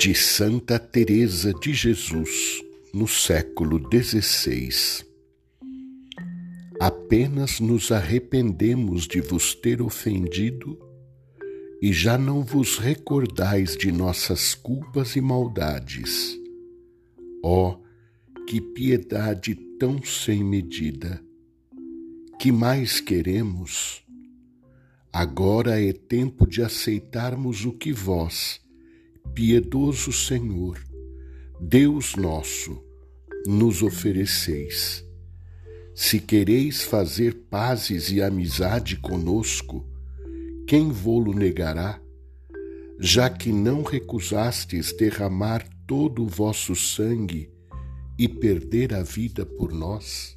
de Santa Teresa de Jesus, no século XVI. Apenas nos arrependemos de vos ter ofendido e já não vos recordais de nossas culpas e maldades. Ó, que piedade tão sem medida! Que mais queremos? Agora é tempo de aceitarmos o que vós, piedoso Senhor, Deus nosso, nos ofereceis. Se quereis fazer pazes e amizade conosco, quem vô-lo negará, já que não recusastes derramar todo o vosso sangue e perder a vida por nós?